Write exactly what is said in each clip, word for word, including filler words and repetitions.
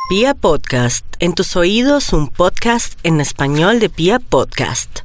Pia Podcast, en tus oídos un podcast en español de Pia Podcast.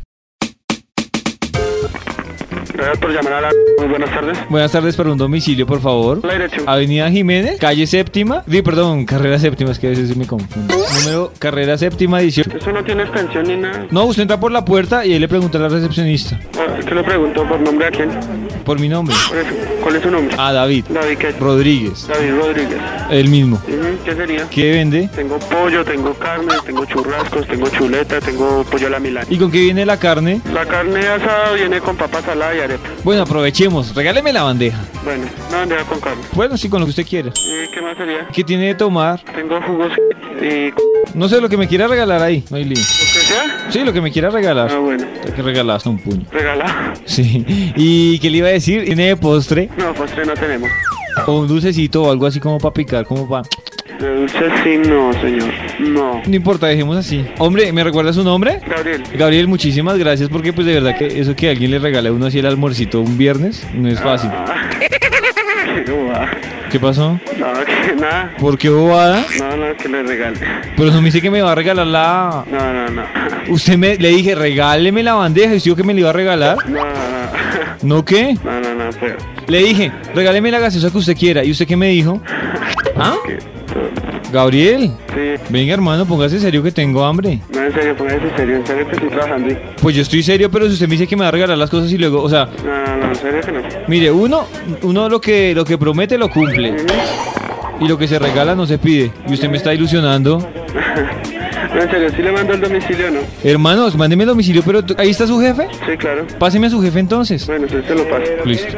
Gracias por llamar a la... Muy buenas tardes. Buenas tardes, para un domicilio, por favor. La dirección. Avenida Jiménez, calle séptima. Sí, perdón, carrera séptima, es que a veces me confundo. Número, carrera séptima, dieciocho. Eso no tiene extensión ni nada. No, usted entra por la puerta y ahí le pregunta a la recepcionista. Ah, ¿qué le pregunto? ¿Por nombre a quién? Por mi nombre. Por eso. ¿Cuál es su nombre? Ah, David. David, ¿qué? Rodríguez. David Rodríguez. El mismo. Ujú, ¿qué sería? ¿Qué vende? Tengo pollo, tengo carne, tengo churrascos, tengo chuleta, tengo pollo a la Milán. ¿Y con qué viene la carne? La carne asada viene con papa salada y arepa. Bueno, aprovechemos, regáleme la bandeja. Bueno, una bandeja con carne. Bueno, sí, con lo que usted quiera. ¿Y qué más sería? ¿Qué tiene de tomar? Tengo jugos y... No sé, lo que me quiera regalar ahí, no hay lío. ¿Lo que sea? Sí, lo que me quiera regalar. Ah, bueno. Hay que regalar hasta un puño. Regala. Sí. ¿Y qué le iba a decir? ¿Tiene de postre? No, postre no tenemos. O un dulcecito o algo así como para picar, como para... De dulce sí, no, señor. No. No importa, dejemos así. Hombre, ¿me recuerda su nombre? Gabriel. Gabriel, muchísimas gracias porque pues de verdad que eso que alguien le regale a uno así el almuercito un viernes no es fácil. Ah, qué bobada. ¿Qué pasó? No, que nada. ¿Por qué bobada? No, no, que le regale. Pero no me dice que me va a regalar la... No, no, no. Usted me... Le dije, regáleme la bandeja y usted dijo que me la iba a regalar. No, no, no. ¿No qué? No, no, no, pero... Le dije, regáleme la gaseosa que usted quiera. ¿Y usted qué me dijo? ¿Ah? ¿Qué? Gabriel, Sí. venga hermano, póngase serio que tengo hambre. No, en serio, póngase en serio. En serio que estoy trabajando. y- Pues yo estoy serio, pero si usted me dice que me va a regalar las cosas y luego, o sea, No, no, no, en serio que no. mire, uno, uno lo que, lo que promete lo cumple. Y lo que se regala no se pide. Y usted me está ilusionando. No, en serio, sí le mando el domicilio, ¿no? Hermanos, mándeme el domicilio, pero t- ¿ahí está su jefe? Sí, claro. Páseme a su jefe entonces. Bueno, entonces se lo paso. Listo.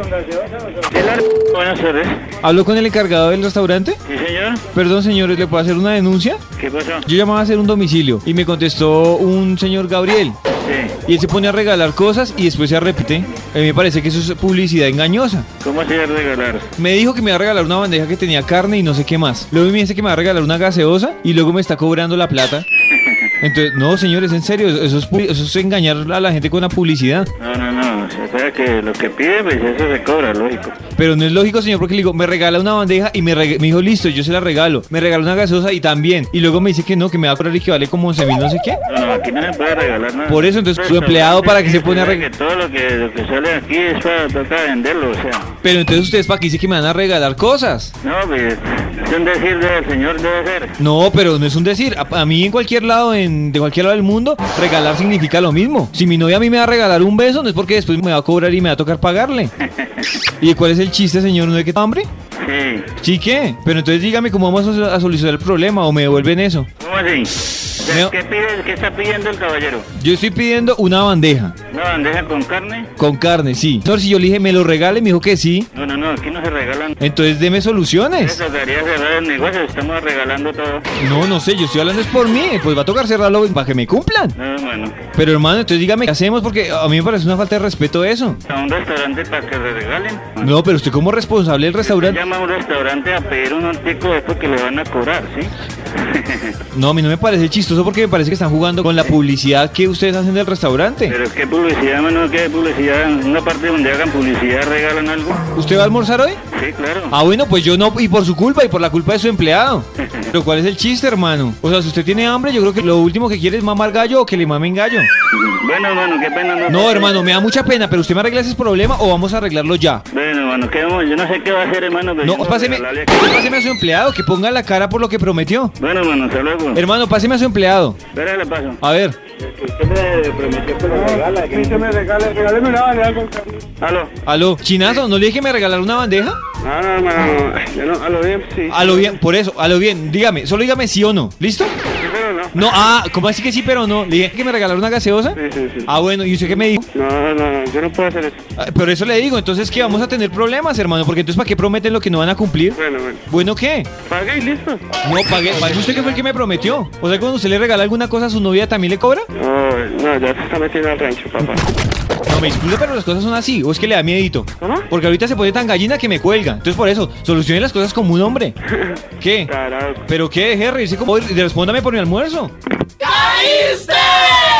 Buenas tardes. ¿Hablo con el encargado del restaurante? ¿Sí, señor? Perdón, señores, ¿le puedo hacer una denuncia? ¿Qué pasó? Yo llamaba a hacer un domicilio y me contestó un señor Gabriel. Sí. Y él se pone a regalar cosas y después se repite. A mí me parece que eso es publicidad engañosa. ¿Cómo se iba a regalar? Me dijo que me iba a regalar una bandeja que tenía carne y no sé qué más. Luego me dice que me va a regalar una gaseosa y luego me está cobrando la plata. Entonces, no, señores, en serio, eso es, pu- eso es engañar a la gente con la publicidad. No, no, no. O sea que lo que pide, pues eso se cobra, lógico. Pero no es lógico, señor, porque le digo, me regala una bandeja y me, reg- me dijo, listo, yo se la regalo. Me regaló una gaseosa y también. Y luego me dice que no, que me va a cobrar y que vale como once mil no sé qué. No, no, aquí no se puede regalar nada. Por eso, entonces, su empleado, ¿para qué se pone a regalar? reg- Que todo lo que, lo que sale aquí es para tocar venderlo, o sea. Pero entonces ustedes, ¿para qué dice que me van a regalar cosas? No, pues, es un decir del señor debe ser. No, pero no es un decir. A, a mí en cualquier lado, en, de cualquier lado del mundo, regalar significa lo mismo. Si mi novia a mí me va a regalar un beso, no es porque después me va a cobrar y me va a tocar pagarle. ¿Y cuál es el chiste, señor? ¿No hay que hambre? Sí. ¿Sí qué? Pero entonces dígame cómo vamos a, a solucionar el problema o me devuelven eso. ¿Cómo así? O sea, Me- ¿Qué, pide, ¿Qué está pidiendo el caballero? Yo estoy pidiendo una bandeja ¿Una bandeja con carne? con carne, sí. Señor, si yo le dije me lo regale, me dijo que sí. No, no, no, aquí no se regalan. Entonces deme soluciones. Eso debería cerrar el negocio, estamos regalando todo. No, no sé, yo estoy hablando es por mí. Pues va a tocar cerrarlo para que me cumplan. No, bueno, Pero hermano, entonces dígame qué hacemos porque a mí me parece una falta de respeto eso. a un restaurante para que le regalen. No, pero usted como responsable del Se restaurante... llama a un restaurante a pedir un artículo después que le van a cobrar, ¿sí? No, a mí no me parece chistoso porque me parece que están jugando con la publicidad que ustedes hacen del restaurante. Pero qué publicidad, mano, qué publicidad. En una parte donde hagan publicidad regalan algo. ¿Usted va a almorzar hoy? Sí, claro. Ah, bueno, pues yo no, y por su culpa y por la culpa de su empleado. Pero ¿cuál es el chiste, hermano? O sea, si usted tiene hambre, yo creo que lo último que quiere es mamar gallo o que le mamen gallo. Bueno, hermano, qué pena. No, hermano, me da mucha pena, pero usted me arregla ese problema o vamos a arreglarlo ya. Bueno, hermano, ¿qué vamos? Yo no sé qué va a hacer, hermano. pero No, yo voy a páseme, regalarle aquí. páseme a su empleado, que ponga la cara por lo que prometió. Bueno, hermano, hasta luego. Hermano, páseme a su empleado. Espera, le paso. A ver. Usted me prometió que lo regala. Que usted me regala, regáleme una bandeja con carne. ¿Aló? Aló, chinazo, ¿no le dije que me regalara una bandeja? No, no, hermano, no. Yo no, a lo bien, sí. A lo bien, por eso, a lo bien, dígame, solo dígame sí o no. ¿Listo? Pero no. No, ah, ¿cómo así que sí, pero no? ¿Le dije que me regalara una gaseosa? Sí, sí, sí. Ah, bueno, ¿y usted qué me dijo? No, no, no, yo no puedo hacer eso. Ah, Pero eso le digo, entonces que vamos a tener problemas, hermano, porque entonces ¿para qué prometen lo que no van a cumplir? Bueno, bueno. Bueno, ¿qué? Pague y listo. No, pague, pague usted que fue el que me prometió. O sea, cuando usted le regala alguna cosa a su novia, ¿también le cobra? No, no, ya se está metiendo al rancho, papá. No, me disculpe, pero las cosas son así, o es que le da miedito. ¿Cómo? Porque ahorita se pone tan gallina que me cuelga. Entonces por eso, solucione las cosas como un hombre. ¿Qué? Carajo. ¿Pero qué? Deje de reírse como... y respóndame por mi almuerzo. ¡Caíste!